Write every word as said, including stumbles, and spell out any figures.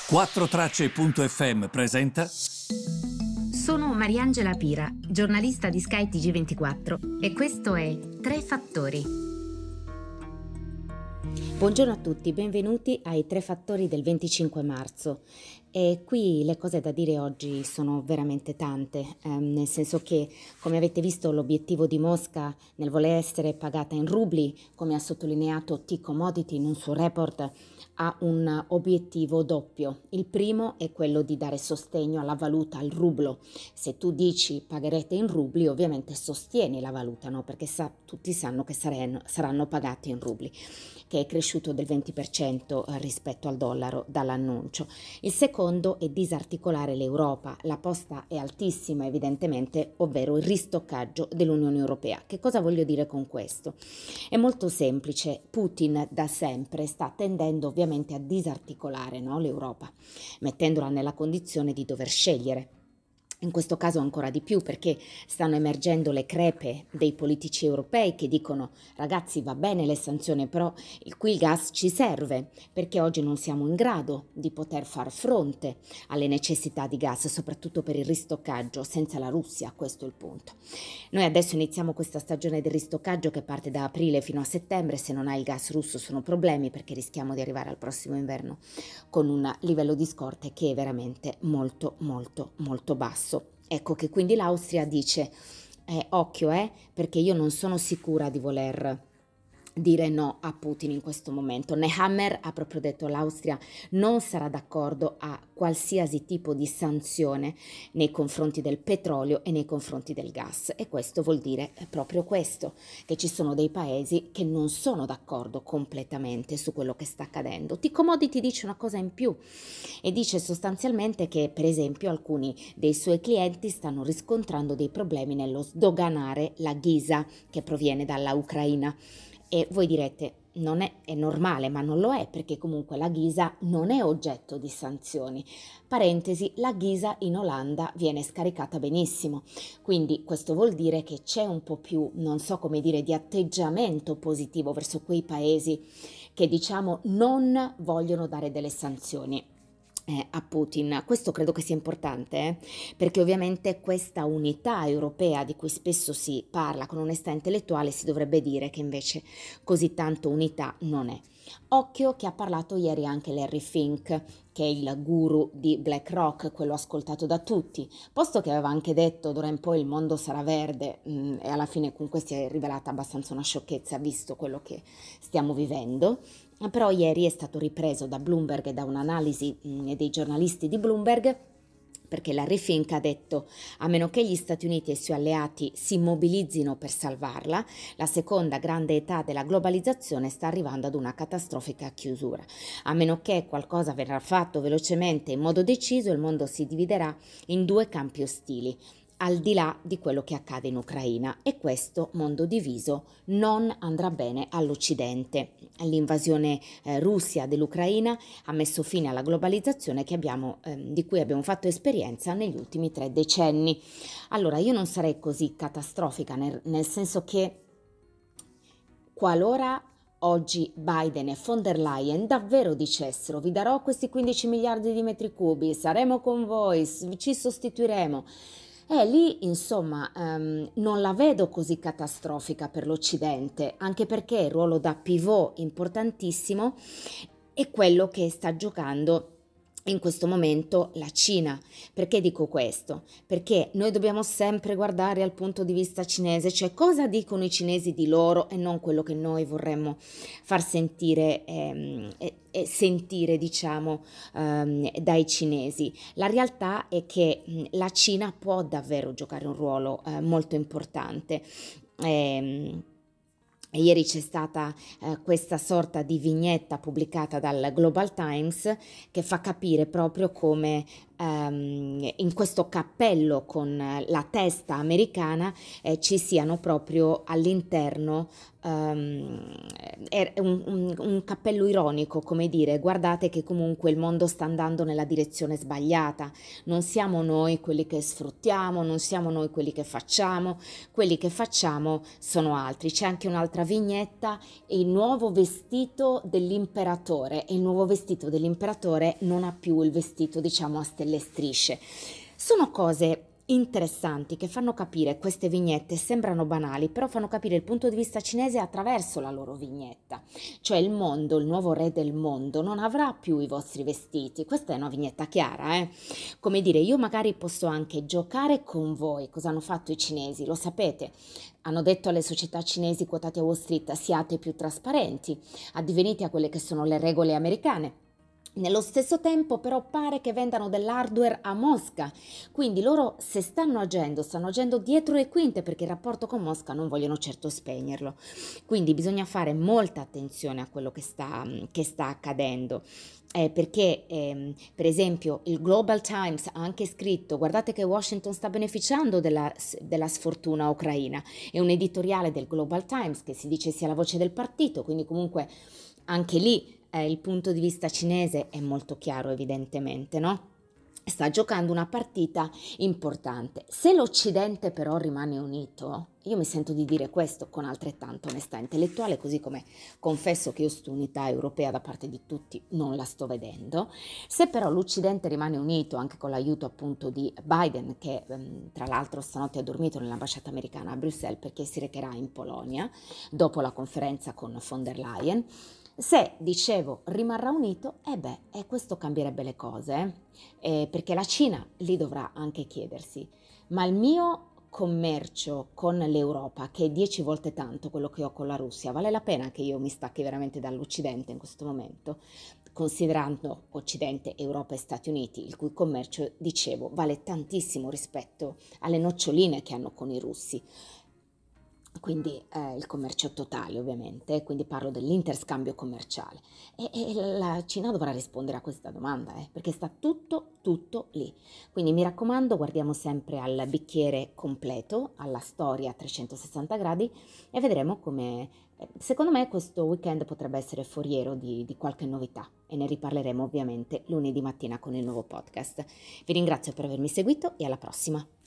quattro tracce punto effe emme presenta. Sono Mariangela Pira, giornalista di Sky T G ventiquattro e questo è Tre Fattori. Buongiorno a tutti, benvenuti ai Tre Fattori del venticinque marzo. E qui le cose da dire oggi sono veramente tante, ehm, nel senso che, come avete visto, l'obiettivo di Mosca nel voler essere pagata in rubli, come ha sottolineato T-Commodity in un suo report, ha un obiettivo doppio. Il primo è quello di dare sostegno alla valuta, al rublo. Se tu dici pagherete in rubli, ovviamente sostieni la valuta, no? Perché sa, tutti sanno che saranno, saranno pagati in rubli, che è cresciuto del venti per cento rispetto al dollaro dall'annuncio. Il secondo è disarticolare l'Europa. La posta è altissima evidentemente, ovvero il ristoccaggio dell'Unione Europea. Che cosa voglio dire con questo? È molto semplice. Putin da sempre sta tendendo ovviamente a disarticolare, no, l'Europa, mettendola nella condizione di dover scegliere. In questo caso ancora di più, perché stanno emergendo le crepe dei politici europei che dicono: ragazzi, va bene le sanzioni, però il, qui il gas ci serve, perché oggi non siamo in grado di poter far fronte alle necessità di gas, soprattutto per il ristoccaggio senza la Russia. Questo è il punto. Noi adesso iniziamo questa stagione del ristoccaggio che parte da aprile fino a settembre. Se non hai il gas russo sono problemi, perché rischiamo di arrivare al prossimo inverno con un livello di scorte che è veramente molto molto molto basso. Ecco che quindi l'Austria dice eh, occhio eh, perché io non sono sicura di voler dire no a Putin in questo momento. Nehammer ha proprio detto: l'Austria non sarà d'accordo a qualsiasi tipo di sanzione nei confronti del petrolio e nei confronti del gas, e questo vuol dire proprio questo, che ci sono dei paesi che non sono d'accordo completamente su quello che sta accadendo. T-Commodity dice una cosa in più e dice sostanzialmente che, per esempio, alcuni dei suoi clienti stanno riscontrando dei problemi nello sdoganare la ghisa che proviene dalla Ucraina. E voi direte: non è, è normale, ma non lo è, perché comunque la ghisa non è oggetto di sanzioni. Parentesi, la ghisa in Olanda viene scaricata benissimo, quindi questo vuol dire che c'è un po' più, non so come dire, di atteggiamento positivo verso quei paesi che, diciamo, non vogliono dare delle sanzioni Eh, a Putin. Questo credo che sia importante, eh? Perché ovviamente questa unità europea di cui spesso si parla con onestà intellettuale, si dovrebbe dire che invece così tanto unità non è. Occhio che ha parlato ieri anche Larry Fink, che è il guru di BlackRock, quello ascoltato da tutti, posto che aveva anche detto d'ora in poi il mondo sarà verde, mh, e alla fine comunque si è rivelata abbastanza una sciocchezza visto quello che stiamo vivendo. Però ieri è stato ripreso da Bloomberg e da un'analisi mh, dei giornalisti di Bloomberg, perché Larry Fink ha detto: a meno che gli Stati Uniti e i suoi alleati si mobilizzino per salvarla, la seconda grande età della globalizzazione sta arrivando ad una catastrofica chiusura. A meno che qualcosa verrà fatto velocemente in modo deciso, il mondo si dividerà in due campi ostili, al di là di quello che accade in Ucraina, e questo mondo diviso non andrà bene all'Occidente. L'invasione eh, Russia dell'Ucraina ha messo fine alla globalizzazione che abbiamo, eh, di cui abbiamo fatto esperienza negli ultimi tre decenni. Allora io non sarei così catastrofica, nel, nel senso che qualora oggi Biden e von der Leyen davvero dicessero: vi darò questi quindici miliardi di metri cubi, saremo con voi, ci sostituiremo, E lì, insomma, ehm, non la vedo così catastrofica per l'Occidente, anche perché il ruolo da pivot importantissimo è quello che sta giocando in questo momento la Cina. Perché dico questo? Perché noi dobbiamo sempre guardare al punto di vista cinese, cioè cosa dicono i cinesi di loro e non quello che noi vorremmo far sentire ehm, e, e sentire, diciamo, ehm, dai cinesi. La realtà è che mh, la Cina può davvero giocare un ruolo eh, molto importante. Ehm, E Ieri c'è stata eh, questa sorta di vignetta pubblicata dal Global Times che fa capire proprio come ehm, in questo cappello con la testa americana eh, ci siano proprio all'interno um, è un, un, un cappello ironico, come dire, guardate che comunque il mondo sta andando nella direzione sbagliata, non siamo noi quelli che sfruttiamo, non siamo noi quelli che facciamo, quelli che facciamo sono altri. C'è anche un'altra vignetta, il nuovo vestito dell'imperatore, e il nuovo vestito dell'imperatore non ha più il vestito, diciamo, a stelle e strisce. Sono cose interessanti che fanno capire, queste vignette sembrano banali, però fanno capire il punto di vista cinese attraverso la loro vignetta. Cioè il mondo, il nuovo re del mondo non avrà più i vostri vestiti. Questa è una vignetta chiara, eh? Come dire, io magari posso anche giocare con voi. Cosa hanno fatto i cinesi? Lo sapete? Hanno detto alle società cinesi quotate a Wall Street: siate più trasparenti, addivenite a quelle che sono le regole americane. Nello stesso tempo però pare che vendano dell'hardware a Mosca, quindi loro se stanno agendo, stanno agendo dietro le quinte, perché il rapporto con Mosca non vogliono certo spegnerlo. Quindi bisogna fare molta attenzione a quello che sta, che sta accadendo. Eh, perché ehm, per esempio il Global Times ha anche scritto: guardate che Washington sta beneficiando della, della sfortuna ucraina. È un editoriale del Global Times che si dice sia la voce del partito, quindi comunque anche lì eh, il punto di vista cinese è molto chiaro, evidentemente, no? Sta giocando una partita importante. Se l'Occidente però rimane unito, io mi sento di dire questo con altrettanta onestà intellettuale, così come confesso che io sto unità europea da parte di tutti non la sto vedendo. Se però l'Occidente rimane unito, anche con l'aiuto appunto di Biden, che ehm, tra l'altro stanotte ha dormito nell'ambasciata americana a Bruxelles perché si recherà in Polonia dopo la conferenza con von der Leyen, se, dicevo, rimarrà unito, e eh beh, e questo cambierebbe le cose, eh? Eh, perché la Cina lì dovrà anche chiedersi: ma il mio commercio con l'Europa, che è dieci volte tanto quello che ho con la Russia, vale la pena che io mi stacchi veramente dall'Occidente in questo momento, considerando Occidente, Europa e Stati Uniti, il cui commercio, dicevo, vale tantissimo rispetto alle noccioline che hanno con i russi. Quindi eh, il commercio totale, ovviamente, quindi parlo dell'interscambio commerciale. E, e la Cina dovrà rispondere a questa domanda, eh, perché sta tutto, tutto lì. Quindi mi raccomando, guardiamo sempre al bicchiere completo, alla storia a trecentosessanta gradi, e vedremo come, eh, secondo me, questo weekend potrebbe essere foriero di, di qualche novità, e ne riparleremo ovviamente lunedì mattina con il nuovo podcast. Vi ringrazio per avermi seguito e alla prossima.